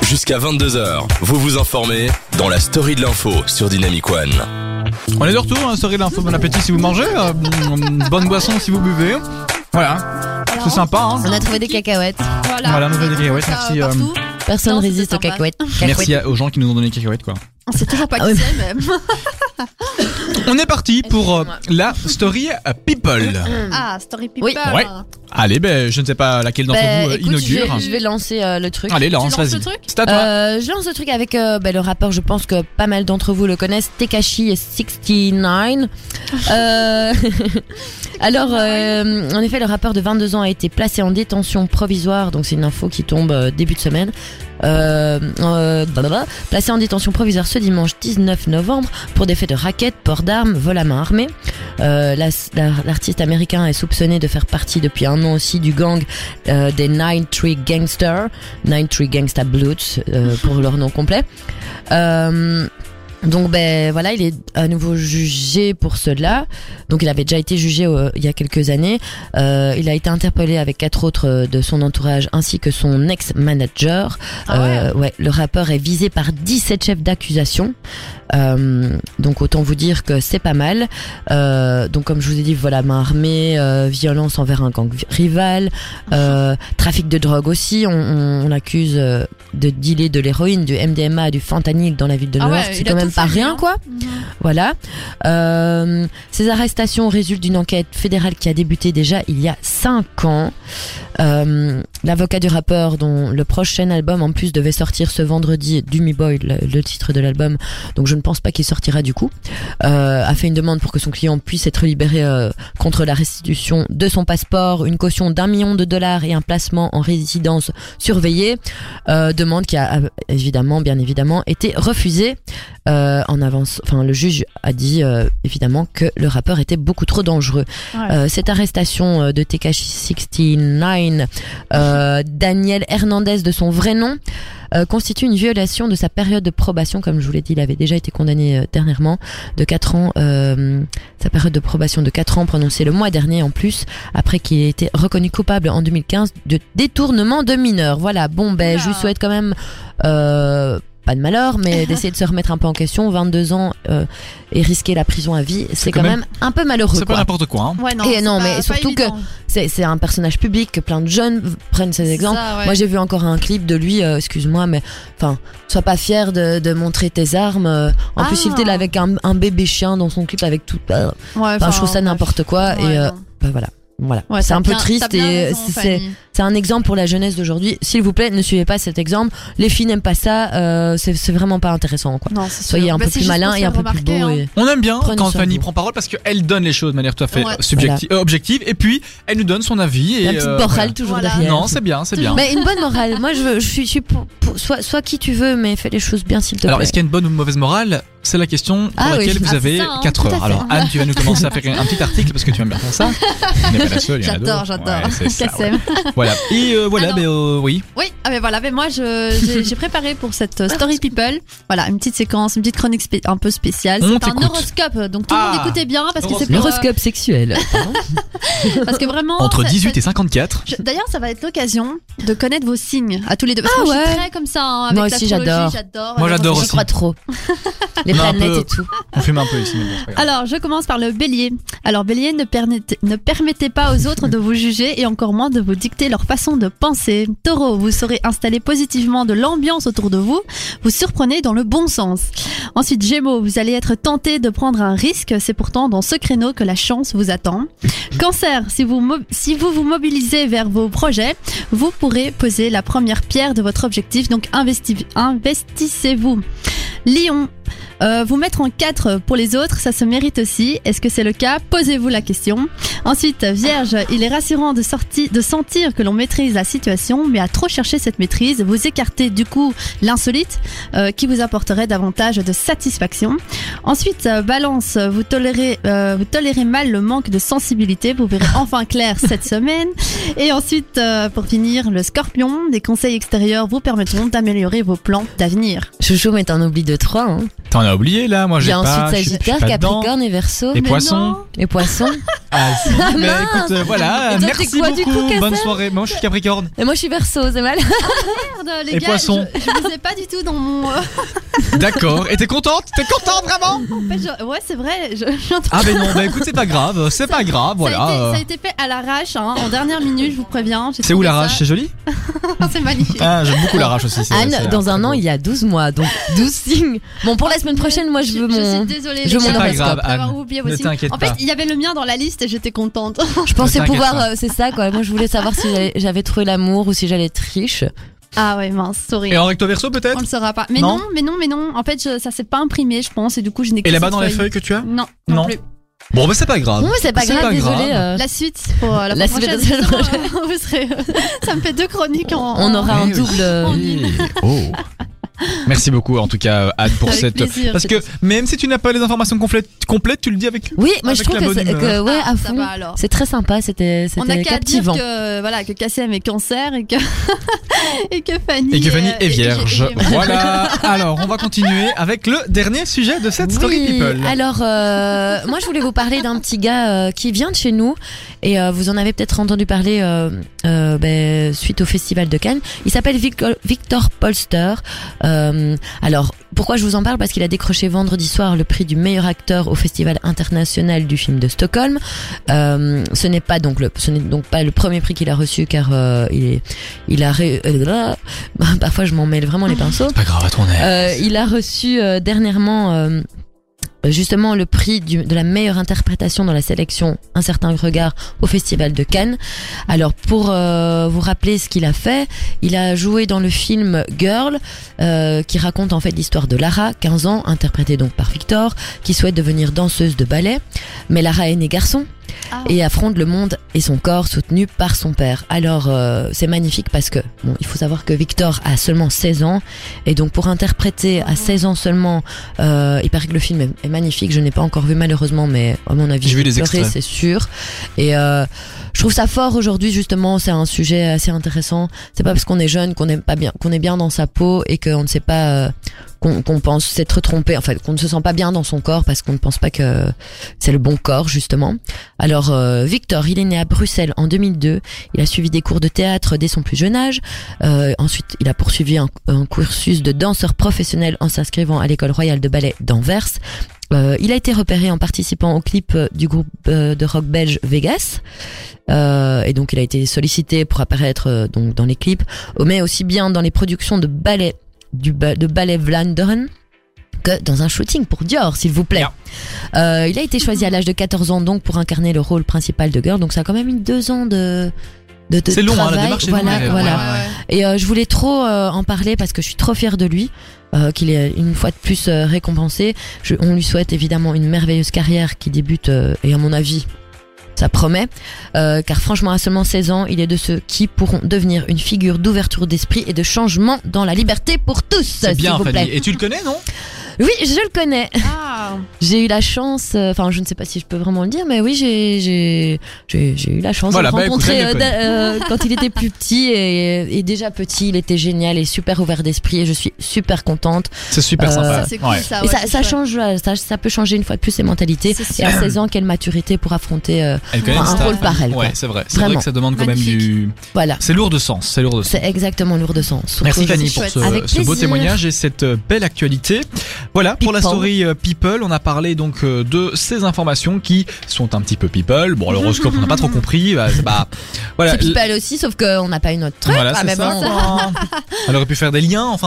Jusqu'à 22h, vous vous informez dans la story de l'info sur Dynamic One. On est de retour, story de l'info, bon appétit si vous mangez, bonne boisson si vous buvez. Voilà, c'est sympa. Hein. On a trouvé des cacahuètes. Voilà, on a trouvé des cacahuètes, merci. Personne ne résiste aux cacahuètes. Merci aux gens qui nous ont donné des cacahuètes, quoi. On sait toujours pas qui c'est, même. On est parti pour la story people. Ah, story people. Oui. Ouais. Allez, je ne sais pas laquelle d'entre vous écoute, inaugure. Je vais lancer le truc. Allez, Laurence, Tu lances vas-y. le truc C'est à toi. Je lance le truc avec le rappeur, je pense que pas mal d'entre vous le connaissent, Tekashi 69. Alors, en effet, le rappeur de 22 ans a été placé en détention provisoire, donc c'est une info qui tombe début de semaine. Placé en détention provisoire ce dimanche 19 novembre pour des faits de racket, port d'armes, vol à main armée. L'artiste américain est soupçonné de faire partie depuis un an aussi du gang des Nine Tree Gangsta Bloods pour leur nom complet. Donc voilà, il est à nouveau jugé pour cela. Donc il avait déjà été jugé il y a quelques années. Il a été interpellé avec 4 autres de son entourage ainsi que son ex-manager. Le rappeur est visé par 17 chefs d'accusation. Donc autant vous dire que c'est pas mal. Donc comme je vous ai dit, voilà, main armée, violence envers un gang rival, trafic de drogue aussi. On l'accuse de dealer de l'héroïne, du MDMA, du fentanyl dans la ville de New York. C'est quand même pas rien, quoi. Voilà. Ces arrestations résultent d'une enquête fédérale qui a débuté déjà il y a 5 ans. L'avocat du rappeur, dont le prochain album en plus devait sortir ce vendredi, Dummy Boy, le titre de l'album, donc je ne pense pas qu'il sortira du coup, a fait une demande pour que son client puisse être libéré contre la restitution de son passeport, une caution d'$1 million et un placement en résidence surveillée, demande qui a bien évidemment été refusée en avance. Enfin, le juge a dit évidemment que le rappeur était beaucoup trop dangereux. Cette arrestation de Tekashi 69, Daniel Hernandez de son vrai nom, constitue une violation de sa période de probation. Comme je vous l'ai dit, il avait déjà été condamné dernièrement de 4 ans. Sa période de probation de 4 ans prononcée le mois dernier en plus, après qu'il ait été reconnu coupable en 2015 de détournement de mineurs. Voilà, je lui souhaite quand même pas de malheur, mais d'essayer de se remettre un peu en question. 22 ans et risquer la prison à vie, c'est quand même un peu malheureux. C'est pas n'importe quoi. Hein. Ouais, mais surtout que c'est un personnage public, que plein de jeunes prennent ces exemples. Ça, ouais. Moi, j'ai vu encore un clip de lui, excuse-moi, mais enfin, sois pas fier de montrer tes armes. En plus, il était là avec un bébé chien dans son clip avec tout. Je trouve ça n'importe quoi. Voilà. Ouais, c'est un peu bien, triste et c'est un exemple pour la jeunesse d'aujourd'hui. S'il vous plaît, ne suivez pas cet exemple. Les filles n'aiment pas ça. C'est vraiment pas intéressant, quoi. Non, soyez un peu plus malin et un peu plus beau. Et... On aime bien Prenez quand soin de Fanny vous. prend parole parce qu'elle donne les choses de manière tout à fait Voilà. objective, et puis elle nous donne son avis. La Et petite morale toujours derrière. Non, c'est bien. Mais une bonne morale. Moi, je suis pour soit qui tu veux, mais fais les choses bien, s'il te plaît. Alors, est-ce qu'il y a une bonne ou une mauvaise morale? C'est la question pour laquelle vous avez c'est ça, hein, 4 tout à heures. fait. Alors, Anne, tu vas nous commencer à faire un petit article parce que tu aimes bien faire ça. Tu n'es pas la seule, il y en a d'autres. J'adore. Ouais, c'est ça, Kassem. Voilà. Et voilà, oui. Oui, mais voilà, mais moi j'ai préparé pour cette Story People, voilà, une petite séquence, une petite chronique un peu spéciale. On C'est un t'écoute. horoscope, donc tout le monde écoutez bien parce que c'est pour, L'horoscope sexuel. parce que vraiment Entre 18 et 54. D'ailleurs, ça va être l'occasion de connaître vos signes à tous les deux. Parce que moi, je suis très comme ça avec Moi aussi, l'astrologie, Moi, j'adore J'y aussi. crois trop. Les On a un planètes peu- et tout. On fume un peu ici, mais bon, c'est pas grave. Alors, je commence par le bélier. Alors, bélier, ne permettez pas aux autres de vous juger et encore moins de vous dicter leur façon de penser. Taureau, vous saurez installer positivement de l'ambiance autour de vous. Vous surprenez dans le bon sens. Ensuite, Gémeaux, vous allez être tenté de prendre un risque. C'est pourtant dans ce créneau que la chance vous attend. Cancer, si vous vous mobilisez vers vos projets, vous pourrez poser la première pierre de votre objectif. Donc, investissez-vous. Lion, vous mettre en 4 pour les autres, ça se mérite aussi. Est-ce que c'est le cas? Posez-vous la question. Ensuite, Vierge, il est rassurant de sentir que l'on maîtrise la situation, mais à trop chercher cette maîtrise, vous écartez du coup l'insolite qui vous apporterait davantage de satisfaction. Ensuite, Balance, vous tolérez mal le manque de sensibilité, vous verrez enfin clair cette semaine. Et ensuite, pour finir, le Scorpion, des conseils extérieurs vous permettront d'améliorer vos plans d'avenir. Chouchou, mais t'en oublies 2-3, hein. T'en as oublié là, moi Il y j'ai a pas. ensuite je suis Sagittaire, pas dedans. Capricorne et Verseau. Et Mais Poisson. non. Et Poisson. Ah, si. Mais mince. écoute, voilà, Et toi, merci t'es quoi, du beaucoup. coup, Cassel Bonne soirée. Moi je suis Capricorne. Et moi je suis Verseau, c'est mal. Merde, les Et gars, Poisson. je vous ai pas du tout dans mon. D'accord. Et t'es contente vraiment? En fait, ouais, c'est vrai. Je suis en train Ah ben non, bah écoute, c'est pas grave, c'est pas grave, Ça a, été, voilà. ça a été fait à l'arrache, hein, en dernière minute, je vous préviens. J'ai C'est où trouvé l'arrache? ça. C'est joli? C'est magnifique. Ah, j'aime beaucoup l'arrache aussi. Anne, c'est dans un très an, beau. il y a 12 mois, donc 12 signes. Bon, pour la semaine prochaine, moi je veux Je mon. suis désolée. je veux les mon gars, horoscope. C'est pas grave, d'avoir Anne. oublié Ne vos signes. t'inquiète En fait, pas. il y avait le mien dans la liste et j'étais contente. Je pensais t'inquiète pouvoir, pas. c'est ça quoi. Moi je voulais savoir si j'avais trouvé l'amour ou si j'allais être riche. Ah ouais, mince, sorry. Et en recto verso On peut-être? le saura pas. Mais Non. non. En fait, ça s'est pas imprimé, je pense, et du coup, je n'ai que Et là-bas cette dans les feuille. feuilles que tu as? Non, Non. non plus. Bon, bah c'est pas grave. Bon, c'est pas grave, désolé. La suite pour la La fois suite de prochaine. la semaine prochaine. Vous serez. Ça me fait 2 chroniques en. On aura un Oui, double. oui. Oh. Merci beaucoup en tout cas Anne pour Avec cette plaisir, parce que même si tu n'as pas les informations complètes, tu le dis avec Oui, moi je Avec trouve la que, bonne humeur. ouais, Ah, à ça fond. va alors. C'est très sympa, c'était On n'a qu'à dire captivant. que Cassem est cancer et que et que Fanny est vierge. et- Voilà. Alors, on va continuer avec le dernier sujet de cette Story Oui, People. alors moi je voulais vous parler d'un petit gars qui vient de chez nous et vous en avez peut-être entendu parler suite au festival de Cannes. Il s'appelle Victor Polster. Alors pourquoi je vous en parle? Parce qu'il a décroché vendredi soir le prix du meilleur acteur au Festival international du film de Stockholm. Ce n'est donc pas le premier prix qu'il a reçu car parfois je m'en mêle vraiment les pinceaux. Pas grave, à ton aise. Il a reçu dernièrement justement le prix de la meilleure interprétation dans la sélection Un certain regard au Festival de Cannes. Alors pour vous rappeler ce qu'il a fait, il a joué dans le film Girl qui raconte en fait l'histoire de Lara, 15 ans, interprétée donc par Victor, qui souhaite devenir danseuse de ballet, mais Lara est née garçon. Ah. Et affronte le monde et son corps soutenu par son père. Alors c'est magnifique parce que il faut savoir que Victor a seulement 16 ans et donc pour interpréter à 16 ans seulement, il paraît que le film est magnifique. Je n'ai pas encore vu malheureusement, mais à mon avis J'ai vu je vais les pleurer, extraits. c'est sûr. Et je trouve ça fort aujourd'hui justement. C'est un sujet assez intéressant. C'est pas parce qu'on est jeune qu'on est bien dans sa peau et qu'on ne sait pas qu'on pense s'être trompé, en fait, qu'on ne se sent pas bien dans son corps parce qu'on ne pense pas que c'est le bon corps justement. Alors Victor, il est né à Bruxelles en 2002. Il a suivi des cours de théâtre dès son plus jeune âge. Ensuite, il a poursuivi un cursus de danseur professionnel en s'inscrivant à l'école royale de ballet d'Anvers. Il a été repéré en participant au clip du groupe de rock belge Vegas. Et donc il a été sollicité pour apparaître donc dans les clips, mais aussi bien dans les productions de ballet de ballet Vlaanderen que dans un shooting pour Dior, s'il vous plaît. Yeah. Il a été choisi à l'âge de 14 ans donc pour incarner le rôle principal de Girl, donc ça a quand même eu 2 ans de C'est long, hein, travail. la démarche est Voilà, longue. voilà. Ouais. Et je voulais trop en parler parce que je suis trop fière de lui, qu'il est une fois de plus récompensé. On lui souhaite évidemment une merveilleuse carrière qui débute et à mon avis ça promet, car franchement à seulement 16 ans, il est de ceux qui pourront devenir une figure d'ouverture d'esprit et de changement dans la liberté pour tous, C'est s'il bien vous Fanny. plaît. Et tu le connais, non? Oui, je le connais. Ah. J'ai eu la chance, enfin je ne sais pas si je peux vraiment le dire, mais oui j'ai eu la chance Voilà, de le bah, écoute, rencontrer elle le quand il était plus petit et déjà petit, il était génial et super ouvert d'esprit et je suis super contente. C'est super sympa. Ça, c'est cool, Ouais. ça. Et ouais, ça c'est chouette. change, ça peut changer une fois de plus ses mentalités. C'est Et à sûr. 16 ans, quelle maturité pour affronter Elle connaît un le staff. rôle pareil. quoi. Ouais, c'est vrai. C'est vrai Vraiment. que ça demande quand même Magnifique. du. Voilà, C'est lourd de sens. C'est lourd de sens. c'est exactement lourd de sens. Surtout Merci aujourd'hui. Fanny pour chouette. Avec ce beau plaisir. témoignage et cette belle actualité. Voilà pour la People. story People. On a parlé donc de ces informations qui sont un petit peu People. Bon, l'horoscope on n'a pas trop compris. Voilà. C'est people aussi, sauf qu'on n'a pas une autre truc. Voilà, Ah, c'est mais ça. bon. quoi. Elle aurait pu faire des liens. Enfin.